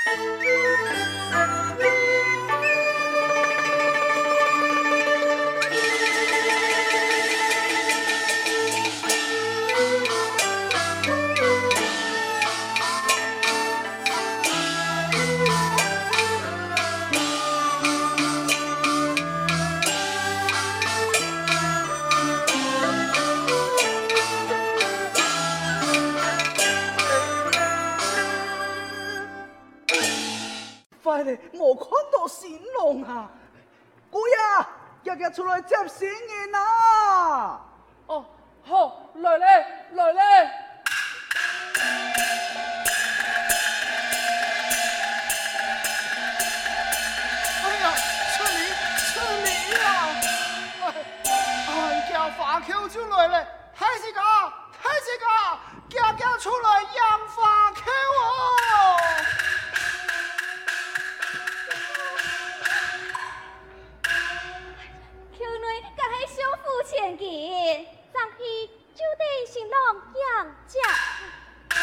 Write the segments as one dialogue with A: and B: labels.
A: 快嘞，冇看到新郎啊！姑爷，日日出来接新人啊！
B: 哦，好，来嘞，来嘞！
C: 哎呀，吃你呀！哎，叫花口就来了，还是个，家出来养花口哦！
D: 口内敢系相夫千金，上去就得新郎养家。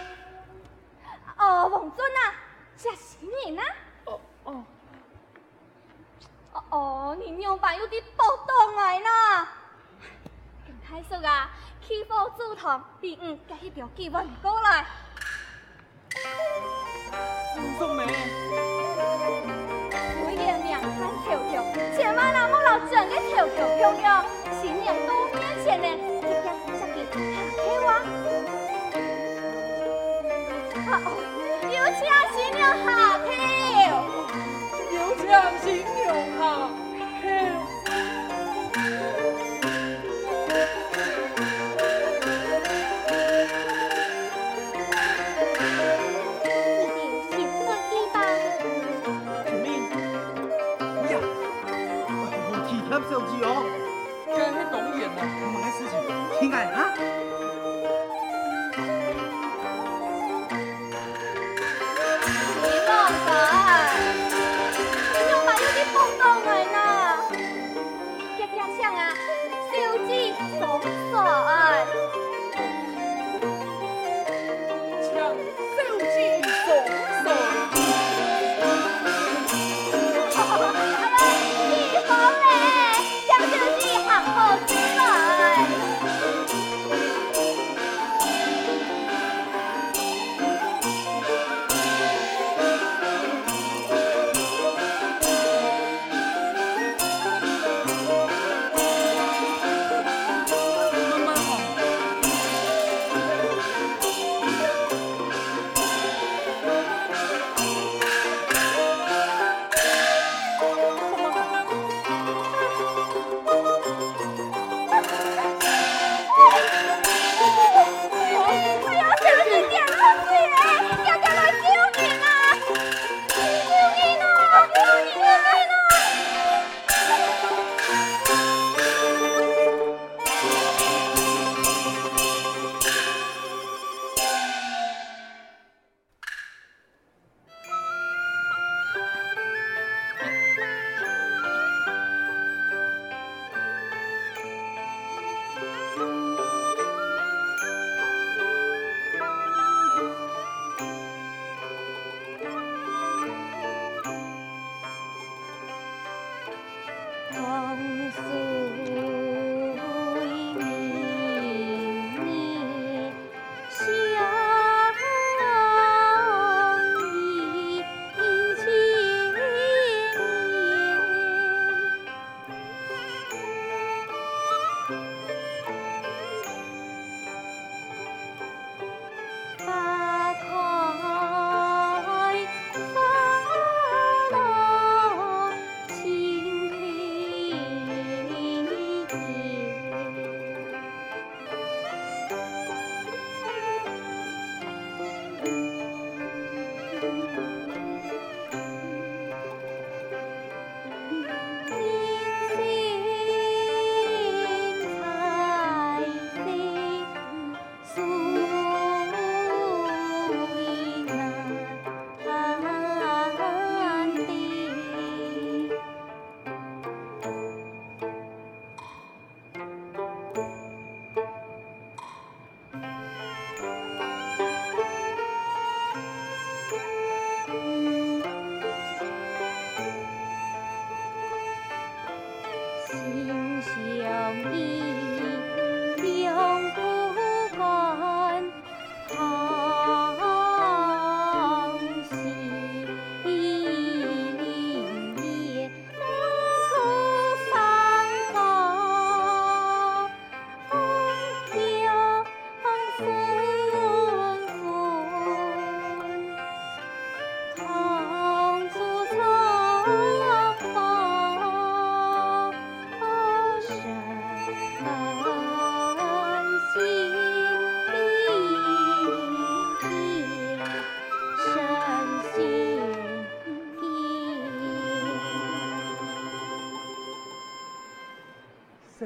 D: 哦，王尊啊，这新人啊？哦，你娘爸有啲暴动来啦！太叔啊，去报主堂，第五甲迄条记文过来。
B: 宋梅，
D: 每个名喊跳跳，千万人莫老整个跳跳漂亮，新娘都面前呢，一点才给下开哇。有请新娘下跳，
B: 有请新娘下跳。
A: 小姐哦，
B: 这是导演啊，
A: 忙的事情，听俺啊。
D: 你弄啥？你弄把有啲暴动来啦！一听唱啊，手指爽爽。
B: 唱手指爽爽。
D: 好起来！
B: 慢慢好。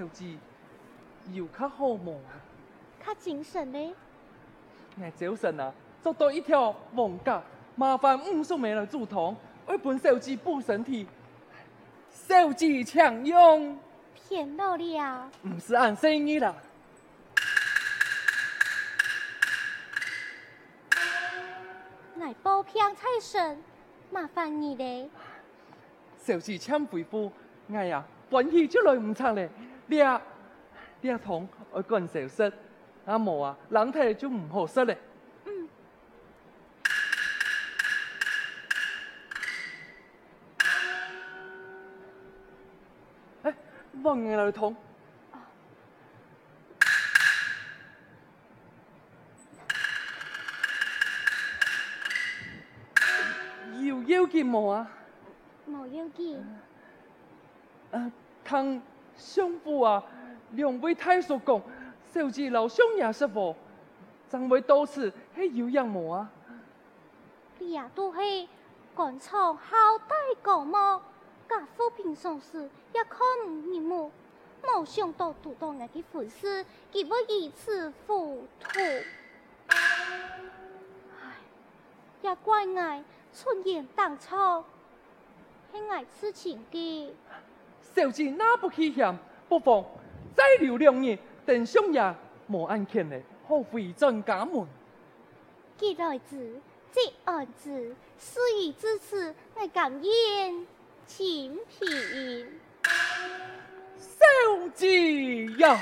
B: 小姐又较好无？
D: 较精神呢？
B: 我早晨啊，捉到一条黄蛤，麻烦五叔妹来煮汤，为本小姐补身体。小姐强用，
D: 骗到了。
B: 唔是按生意啦。
D: 我包骗菜神，麻烦你嘞。
B: 小姐请回复，我呀，本去就来唔差咧。你汤我干少食，阿无啊，人睇就唔好食咧。
D: 嗯。
B: 哎，忘我来汤。要件无啊？
D: 冇要紧。
B: 听相府啊，两位太叔讲，小姐老兄也是无，怎会到此系有样无啊？
D: 你也都系赶场好大个么？家父平常时也看唔入目，冇想到读到我嘅粉丝，结果如此糊涂。唉，也怪我出言当初，系我痴情嘅。
B: 小姐那不去嫌，不妨再留2日，等兄爷无案件嘞，好回转家门。
D: 既来之，即安之，事已至此，我甘愿请平。
B: 小姐呀！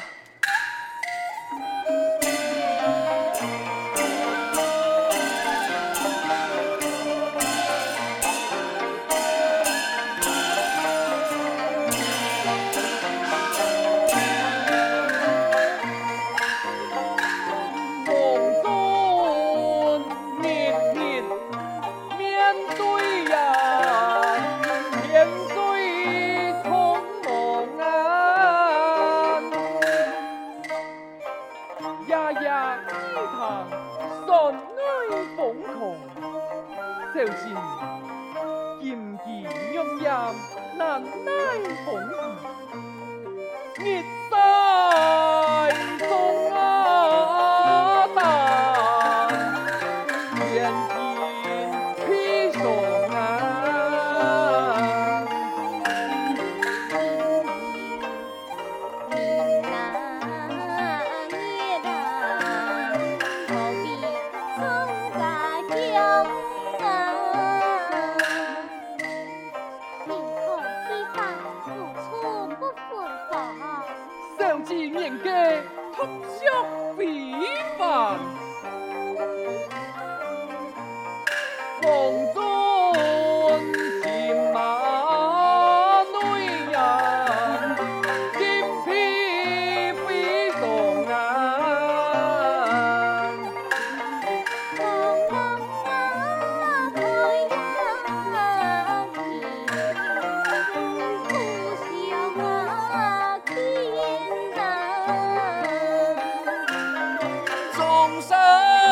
B: 小姐，剑技勇扬，难耐风雨，热带中啊蛋，天天披上啊。小姐年纪脱俗非凡，王尊前马女人，金披飞上岸。众生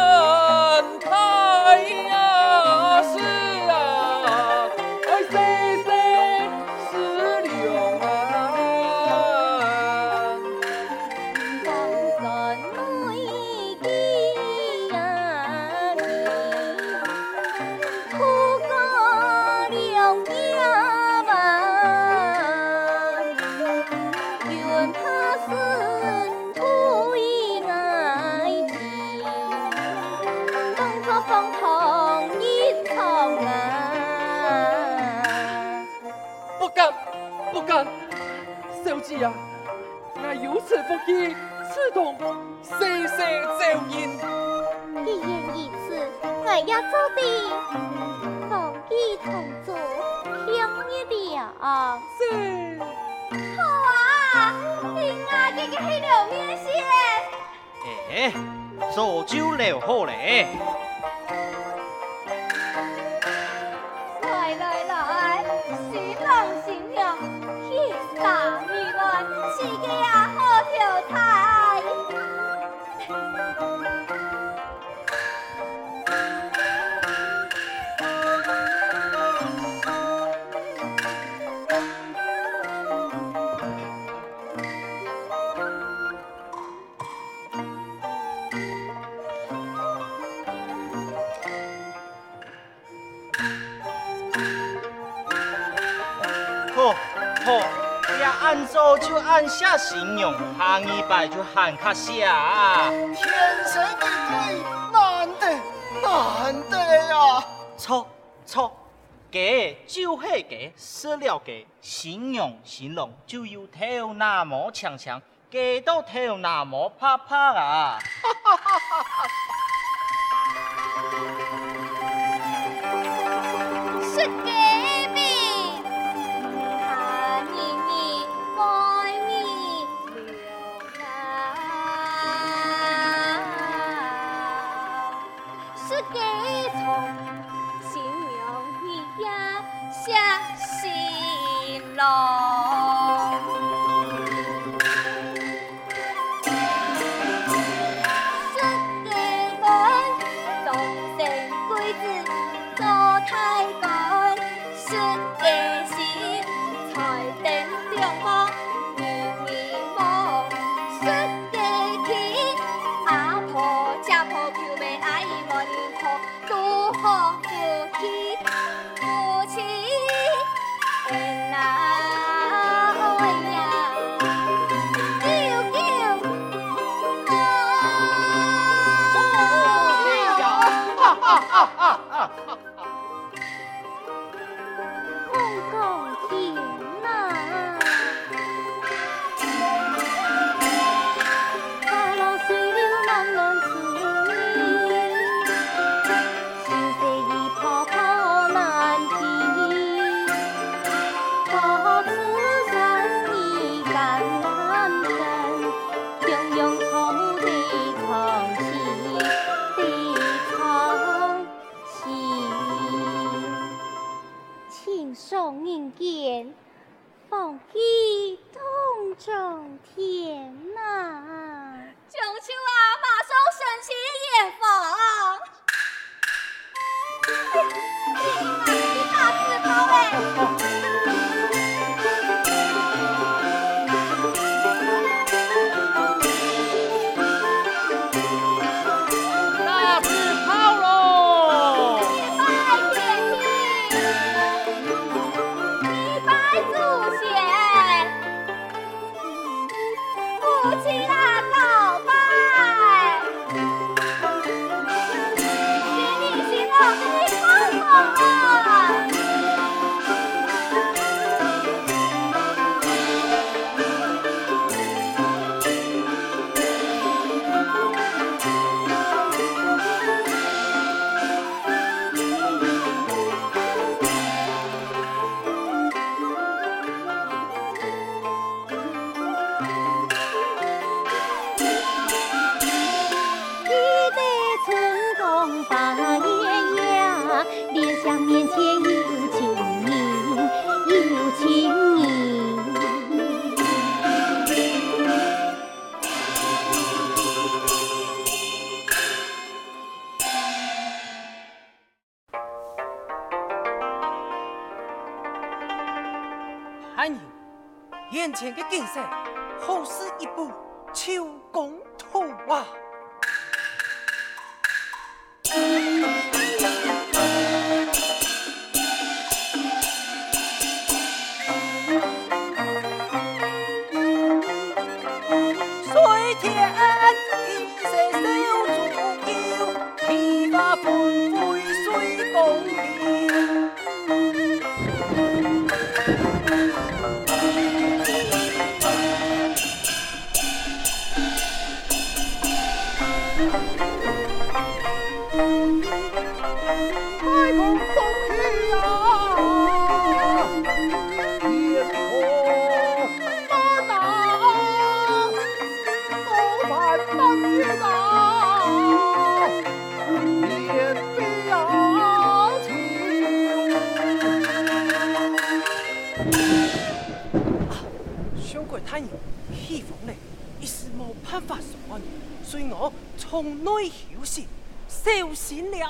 B: 太呀是啊，哎谁谁是良啊？
D: 风同一重啊！
B: 不敢，不敢，小姐啊，我有此不义，此同世世照应。
D: 既然如此，我也做的同义同做，听一了。
B: 是。
D: 好啊，你啊，这个黑柳面线。
C: 哎，做酒料好嘞。
D: 来，新郎新娘，一洒蜜来，世界啊好调台。
E: 好，你按做就按下形容，行一摆就喊卡下。
C: 天生一对，难得呀！
E: 错，给就是给，失了给，形容就有头那么强，给到头那么怕啊！
D: 是给命，他你爱你流浪，是给从形容你呀下心lòng。放屁痛中天呐！中秋啊，马上升起夜风。你大字头哎！
E: 大字炮喽！
F: 汉人眼前的景色，好似一部秋宫图啊！水天一色小竹桥，琵琶纷飞水宫流。太阳起风了，一时冇办法上岸，所以我从内休息，小心了。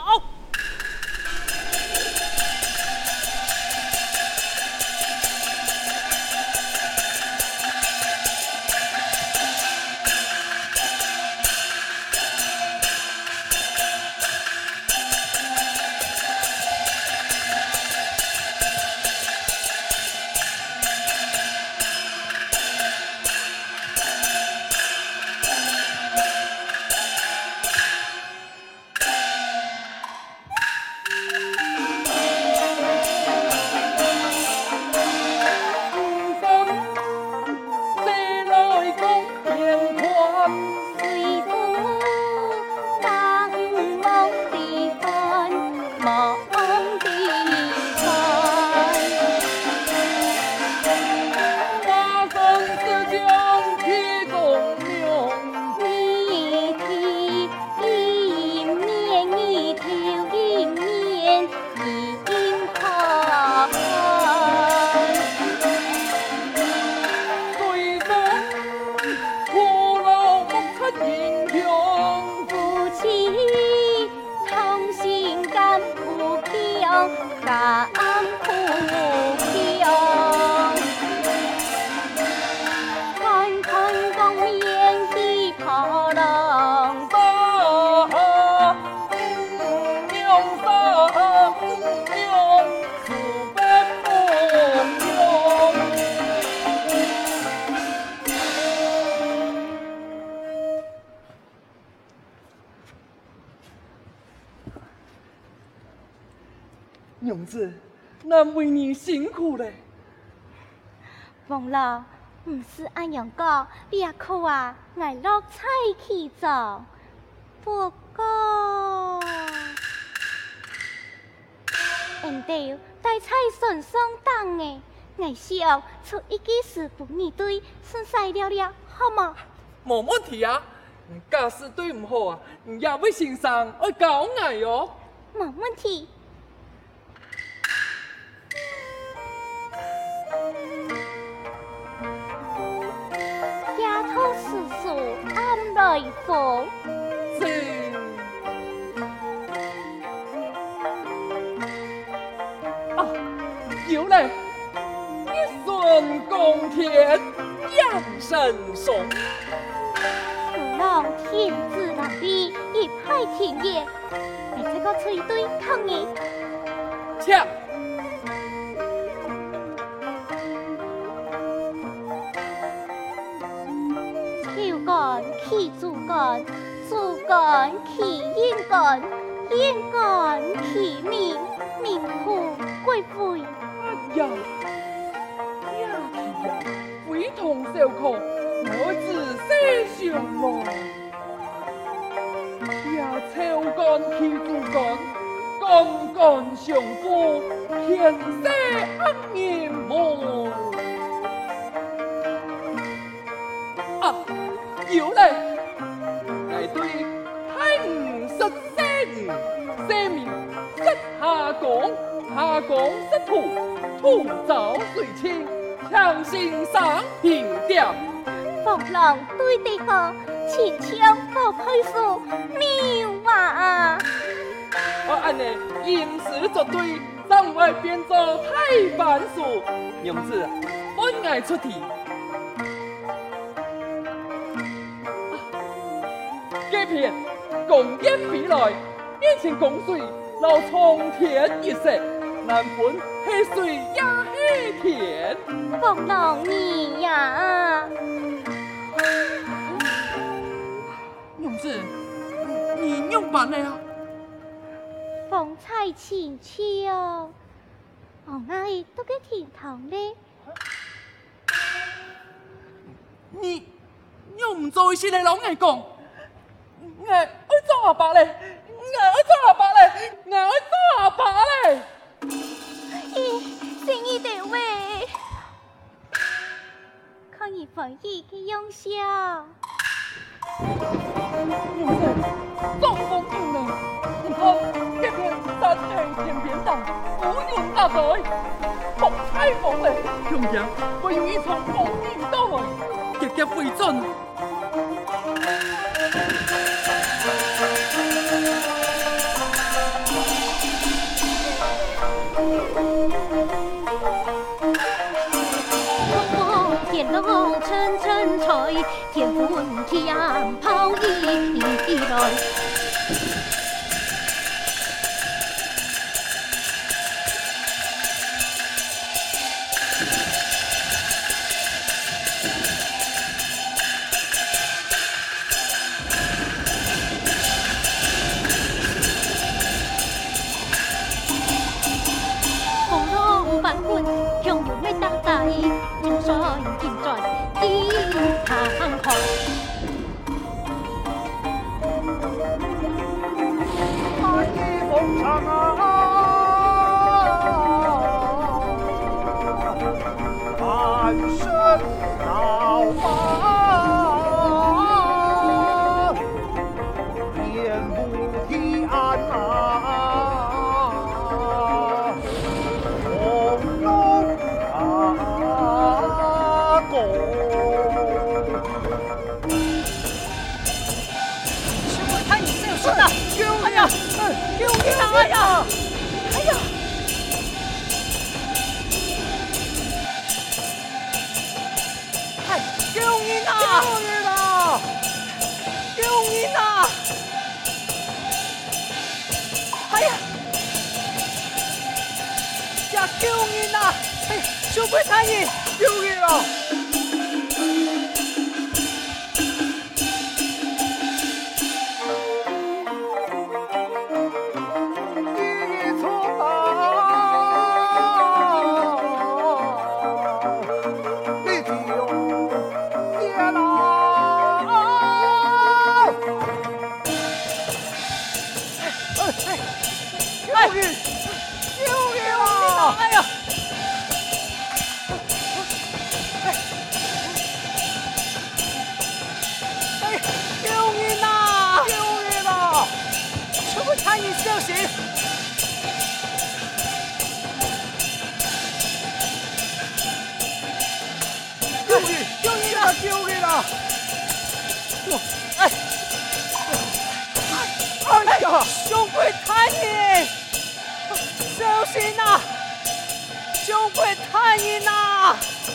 B: 子，俺为你辛苦嘞。
D: 王老，唔是安样讲，你也可话挨落菜去做。不过，人哋大菜顺上当嘅，我想出一件事不你对，顺晒了了，好吗？
B: 冇问题啊，假使对唔好啊，也会先生爱教我哟。
D: 冇问题。丫头叔叔安来福。
B: 是。啊，有嘞，一顺公田，养生松。
D: 不让天子那里一派田野，你这个吹对抗议。
B: 恰。
D: 秋干起竹干，竹干起烟干，烟干起面，面苦归灰。
B: 哎呀，呀呀，非同小可，我自些上路。呀，秋干起竹干，干干相呼，天色暗夜暮。啊，有嘞，我对太五失生，生命失下降，下降失土，土走水清，强行上平点。
D: 风浪对地好，前枪不配数，妙啊！
B: 我按你吟诗作对，让我变作太凡俗。娘子，本爱出题。这片共烟比来，面前供水，老冲天一色，南本黑水也黑甜。
D: 风浪你呀！
B: 娘子，你用办了呀？
D: 风采千秋，我爱都给天堂嘞。
B: 你又唔做事嚟老爱讲？我爱做阿爸嘞，我爱做阿爸嘞，我爱做阿爸嘞。
D: 心意的喂，看你翻译嘅用笑。
B: 娘子，做风景呢？你看这片山气天边大，乌云大水，风太猛嘞，中间会有一场风雨到来，急急回转。
D: 天龙沉沉吹，天昏天抛一来。红龙翻滚，汹涌的大海，珠水金转，一堂海。
C: 满地风尘啊，半生老马，天不提安啊，红龙啊公。
F: 师傅，看你这有事的！哎呀，救命啊！哎呀，哎呀！哎，救命啊！救命啊！救命啊！哎呀！呀，救命啊！哎，师傅参与，救命啊！
C: 一错啊！
A: 啊！哎，哎呀，
F: 兄贵太爷，小心呐！兄贵太爷呐！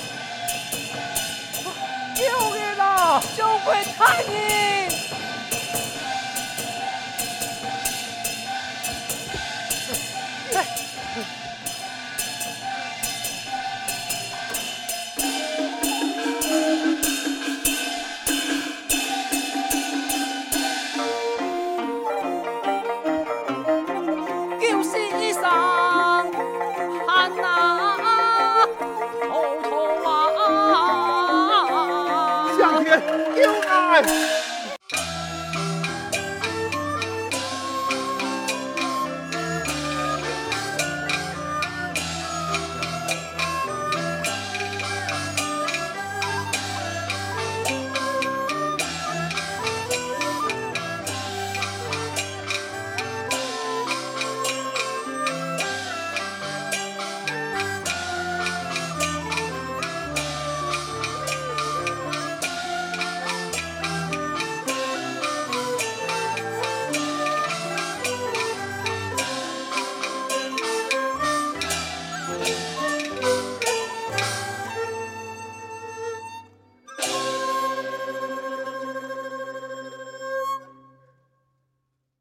A: 救人啊！
F: 兄贵太爷！就是一声喊呐，头头啊！
C: 向天有爱。